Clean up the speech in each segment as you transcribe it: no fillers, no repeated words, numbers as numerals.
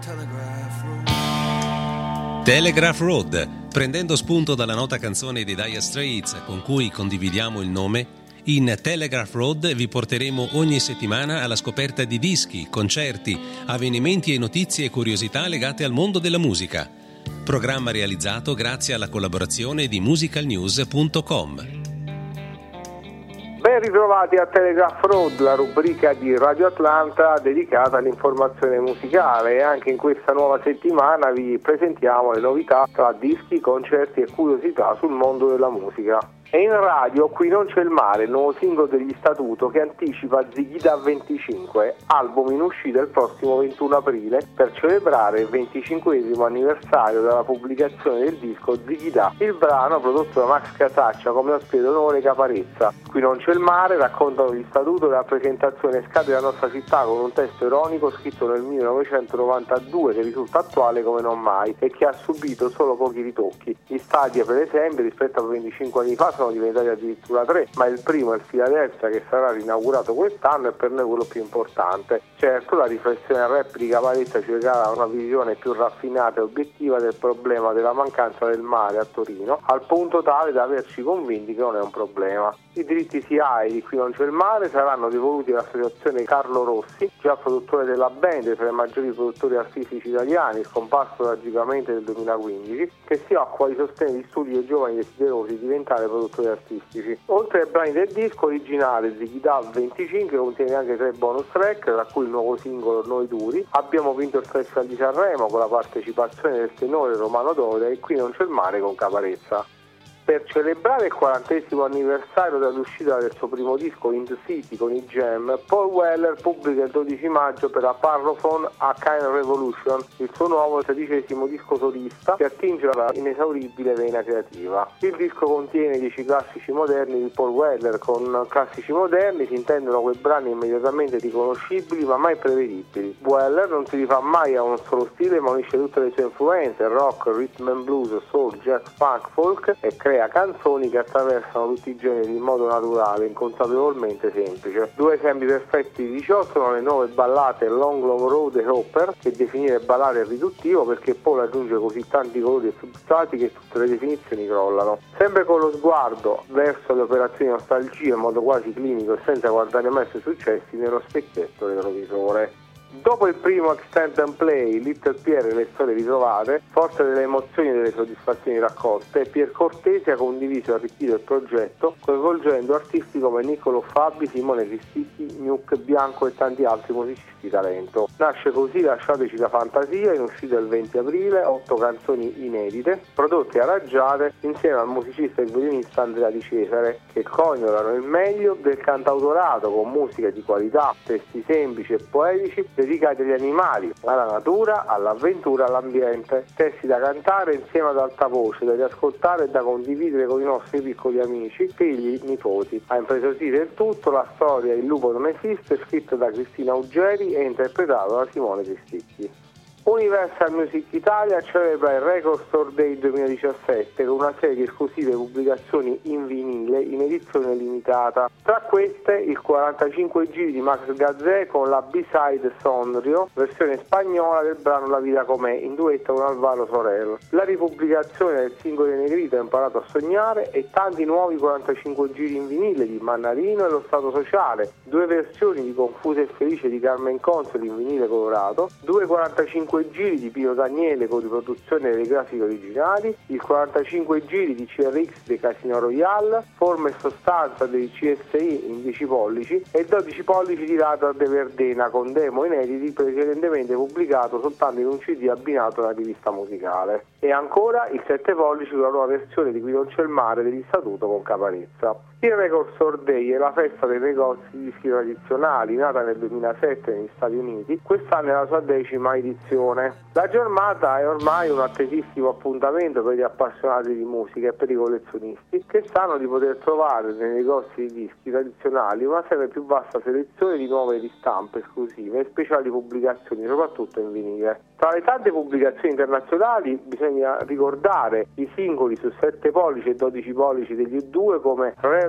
Telegraph Road, prendendo spunto dalla nota canzone dei Dire Straits con cui condividiamo il nome, in Telegraph Road vi porteremo ogni settimana alla scoperta di dischi, concerti, avvenimenti e notizie e curiosità legate al mondo della musica. Programma realizzato grazie alla collaborazione di musicalnews.com. Ben ritrovati a Telegraph Road, la rubrica di Radio Atlanta dedicata all'informazione musicale, e anche in questa nuova settimana vi presentiamo le novità tra dischi, concerti e curiosità sul mondo della musica. E in radio Qui non c'è il mare, il nuovo singolo degli Statuto che anticipa Zighida 25, album in uscita il prossimo 21 aprile per celebrare il 25esimo anniversario dalla pubblicazione del disco Zighida. Il brano, prodotto da Max Casaccia come ospite d'onore Caparezza. Qui non c'è il mare, raccontano gli Statuto della presentazione Scade la nostra città con un testo ironico scritto nel 1992 che risulta attuale come non mai e che ha subito solo pochi ritocchi. Gli stadi, per esempio, rispetto a 25 anni fa sono diventati addirittura 3, ma il primo è il Philadelphia che sarà rinaugurato quest'anno e per noi quello più importante. Certo, la riflessione al rap di Caparezza ci regala una visione più raffinata e obiettiva del problema della mancanza del mare a Torino, al punto tale da averci convinti che non è un problema. I diritti SIAE di Qui non c'è il mare saranno devoluti all'associazione Carlo Rossi, già produttore della band tra i maggiori produttori artistici italiani, scomparso tragicamente nel 2015, che si occupa di sostenere gli studi dei giovani desiderosi di diventare produttori artistici. Oltre ai brani del disco originale, Zighida 25 contiene anche 3 bonus track, tra cui il nuovo singolo Noi Duri. Abbiamo vinto il Festival di Sanremo con la partecipazione del tenore Romano Dore e Qui non c'è il mare con Caparezza. Per celebrare il 40° anniversario dall'uscita del suo primo disco In the City con i Jam, Paul Weller pubblica il 12 maggio per la Parlophone A Kind of Revolution, il suo nuovo 13° disco solista che attinge alla inesauribile vena creativa. Il disco contiene 10 classici moderni di Paul Weller. Con classici moderni si intendono quei brani immediatamente riconoscibili ma mai prevedibili. Weller non si rifà mai a un solo stile ma unisce tutte le sue influenze: rock, rhythm and blues, soul, jazz, funk, folk, e crea canzoni che attraversano tutti i generi in modo naturale, inconsapevolmente semplice. 2 esempi perfetti di ciò sono le nuove ballate Long Long Road e Hopper, che definire ballate è riduttivo perché Paul aggiunge così tanti colori e substrati che tutte le definizioni crollano. Sempre con lo sguardo verso le operazioni nostalgia in modo quasi clinico e senza guardare mai sui successi nello specchietto retrovisore. Dopo il primo Extend and Play, Little Pierre e le storie ritrovate, forte delle emozioni e delle soddisfazioni raccolte, Pier Cortesi ha condiviso e arricchito il progetto coinvolgendo artisti come Niccolò Fabi, Simone Cristicchi, Nuke Bianco e tanti altri musicisti di talento. Nasce così Lasciateci la fantasia, in uscita il 20 aprile, 8 canzoni inedite, prodotte e arrangiate insieme al musicista e violinista Andrea Di Cesare, che coniugano il meglio del cantautorato con musica di qualità, testi semplici e poetici, dedicati agli animali, alla natura, all'avventura, all'ambiente. Testi da cantare insieme ad alta voce, da riascoltare e da condividere con i nostri piccoli amici, figli, nipoti. A impreziosire il tutto la storia Il lupo non esiste, scritta da Cristina Uggeri e interpretata da Simone Cristicchi. Universal Music Italia celebra il Record Store Day 2017 con una serie di esclusive pubblicazioni in vinile in edizione limitata. Tra queste il 45 giri di Max Gazzè con la B-side Sondrio, versione spagnola del brano La vita com'è, in duetto con Alvaro Sorel. La ripubblicazione del singolo di Negrito Ho imparato a sognare e tanti nuovi 45 giri in vinile di Mannarino e Lo Stato Sociale, 2 versioni di Confusa e Felice di Carmen Consoli in vinile colorato, 2 45 giri di Pino Daniele con riproduzione delle grafiche originali, il 45 giri di CRX dei Casino Royale, Forma e sostanza dei CSI in 10 pollici e 12 pollici di Radar de Verdena con demo inediti precedentemente pubblicato soltanto in un CD abbinato a una rivista musicale. E ancora il 7 pollici con la nuova versione di Qui non c'è il mare degli Statuto con Caparezza. Il Record Store Day è la festa dei negozi di dischi tradizionali, nata nel 2007 negli Stati Uniti, quest'anno è la sua 10ª edizione. La giornata è ormai un attesissimo appuntamento per gli appassionati di musica e per i collezionisti, che sanno di poter trovare nei negozi di dischi tradizionali una sempre più vasta selezione di nuove ristampe esclusive e speciali pubblicazioni, soprattutto in vinile. Tra le tante pubblicazioni internazionali bisogna ricordare i singoli su 7 pollici e 12 pollici degli U2 come Rare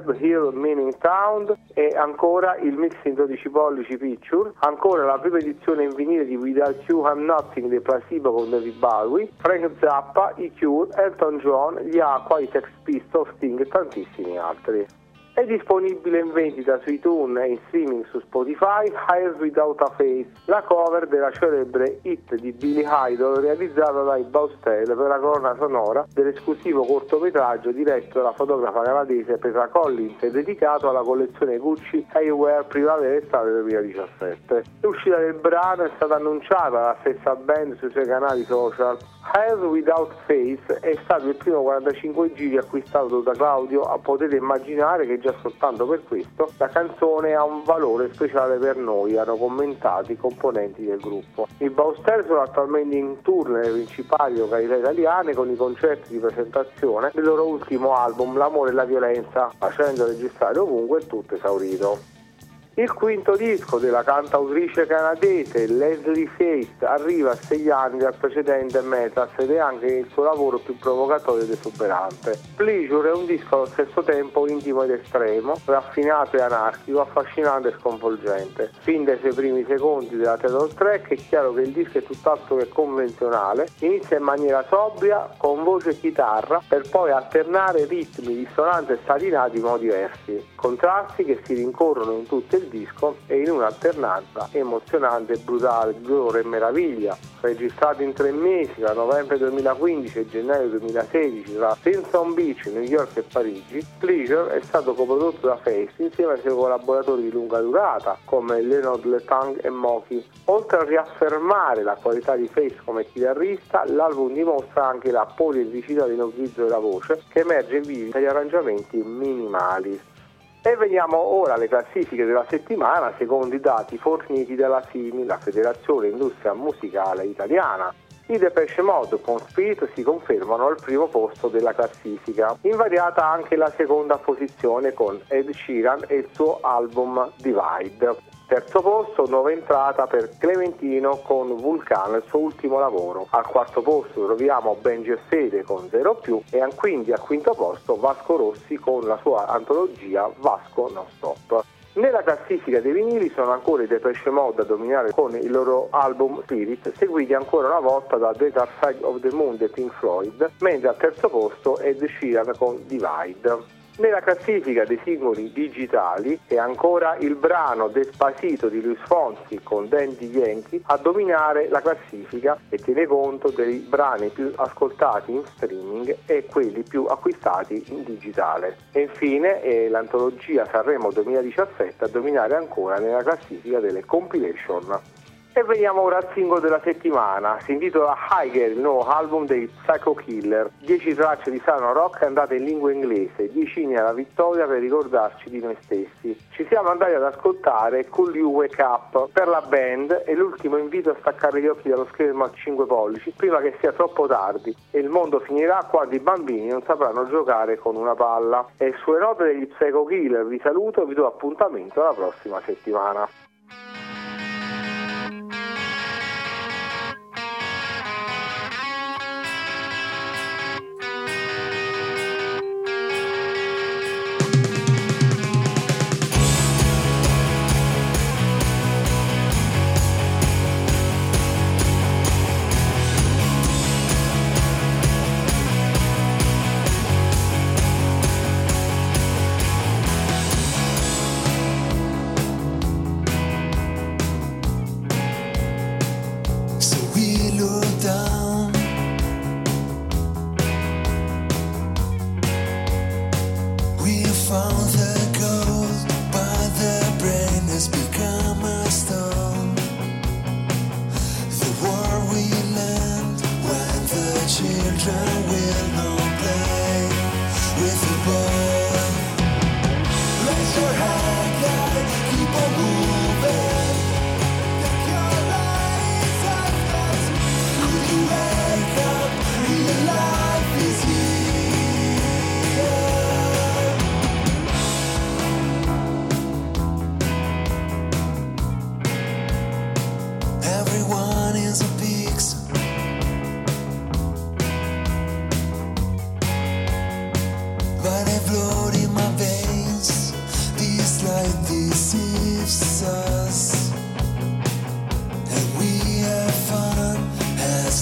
Herb Hill Meaning Town e ancora il mix in 12 pollici Picture, ancora la prima edizione in vinile di Without You I'm Nothing dei Placebo con David Bowie, Frank Zappa, i Cure, Elton John, gli Aqua, i Sex Pistols, Sting e tantissimi altri. È disponibile in vendita su iTunes e in streaming su Spotify Eyes Without a Face, la cover della celebre hit di Billy Idol realizzata dai Baustelle per la colonna sonora dell'esclusivo cortometraggio diretto dalla fotografa canadese Petra Collins e dedicato alla collezione Gucci Eyewear primavera-estate 2017. L'uscita del brano è stata annunciata dalla stessa band sui suoi canali social. Eyes Without Face è stato il primo 45 giri acquistato da Claudio, potete immaginare che già soltanto per questo la canzone ha un valore speciale per noi, hanno commentato i componenti del gruppo. I Baustelle sono attualmente in tour nelle principali località italiane con i concerti di presentazione del loro ultimo album L'amore e la violenza, facendo registrare ovunque il tutto esaurito. Il quinto disco della cantautrice canadese Leslie Faith arriva a 6 anni dal precedente Metas ed è anche il suo lavoro più provocatorio ed esuberante. Pleasure è un disco allo stesso tempo intimo ed estremo, raffinato e anarchico, affascinante e sconvolgente. Fin dai suoi primi secondi della title track è chiaro che il disco è tutt'altro che convenzionale, inizia in maniera sobria con voce e chitarra per poi alternare ritmi, dissonanze e statinati in modi diversi, contrasti che si rincorrono in tutto il disco e in un'alternanza emozionante, brutale, dolore e meraviglia. Registrato in 3 mesi, da novembre 2015 e gennaio 2016 tra Pinson Beach, New York e Parigi, Pleasure è stato coprodotto da Face insieme ai suoi collaboratori di lunga durata come Leonard Letang e Moki. Oltre a riaffermare la qualità di Face come chitarrista, l'album dimostra anche la poliedricità dell'utilizzo della voce che emerge vivi dagli arrangiamenti minimali. E veniamo ora alle classifiche della settimana secondo i dati forniti dalla FIMI, la Federazione Industria Musicale Italiana. I Depeche Mode con Spirit si confermano al primo posto della classifica, invariata anche la seconda posizione con Ed Sheeran e il suo album Divide. Terzo posto, nuova entrata per Clementino con Vulcano, il suo ultimo lavoro. Al quarto posto troviamo Benji e Fede con Zero Più e quindi al quinto posto Vasco Rossi con la sua antologia Vasco Non Stop. Nella classifica dei vinili sono ancora i Depeche Mode a dominare con il loro album Spirit, seguiti ancora una volta da The Dark Side of the Moon dei Pink Floyd, mentre al terzo posto Ed Sheeran con Divide. Nella classifica dei singoli digitali è ancora il brano Despacito di Luis Fonsi con Daddy Yankee a dominare la classifica e tiene conto dei brani più ascoltati in streaming e quelli più acquistati in digitale. E infine è l'antologia Sanremo 2017 a dominare ancora nella classifica delle compilation. E veniamo ora al singolo della settimana, si intitola Higher, il nuovo album dei Psycho Killer. 10 tracce di sano rock andate in lingua inglese, 10 inni alla vittoria per ricordarci di noi stessi. Ci siamo andati ad ascoltare Cool You Wake Up per la band e l'ultimo invito a staccare gli occhi dallo schermo a 5 pollici prima che sia troppo tardi e il mondo finirà quando i bambini non sapranno giocare con una palla. E sulle note degli Psycho Killer vi saluto e vi do appuntamento alla prossima settimana.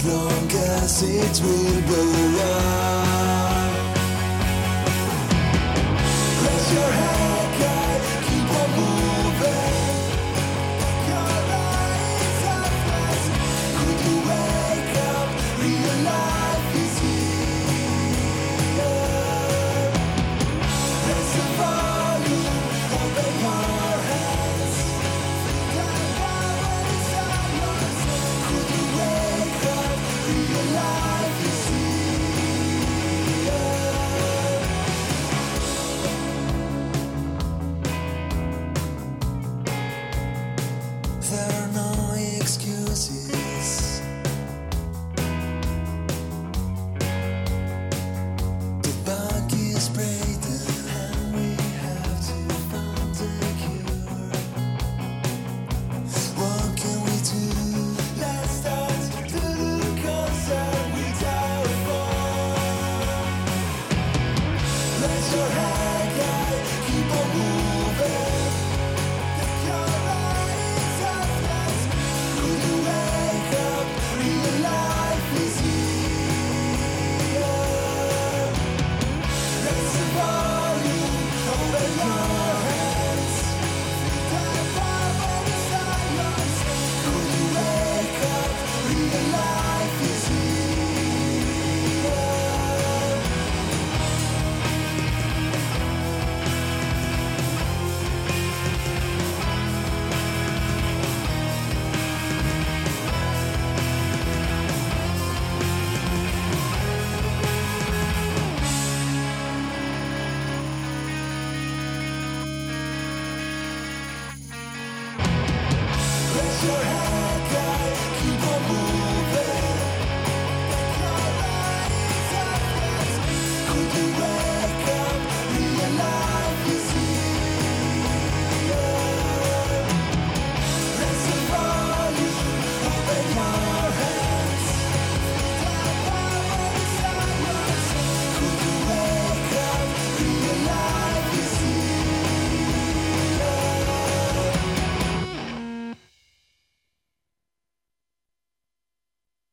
as long as it will go on.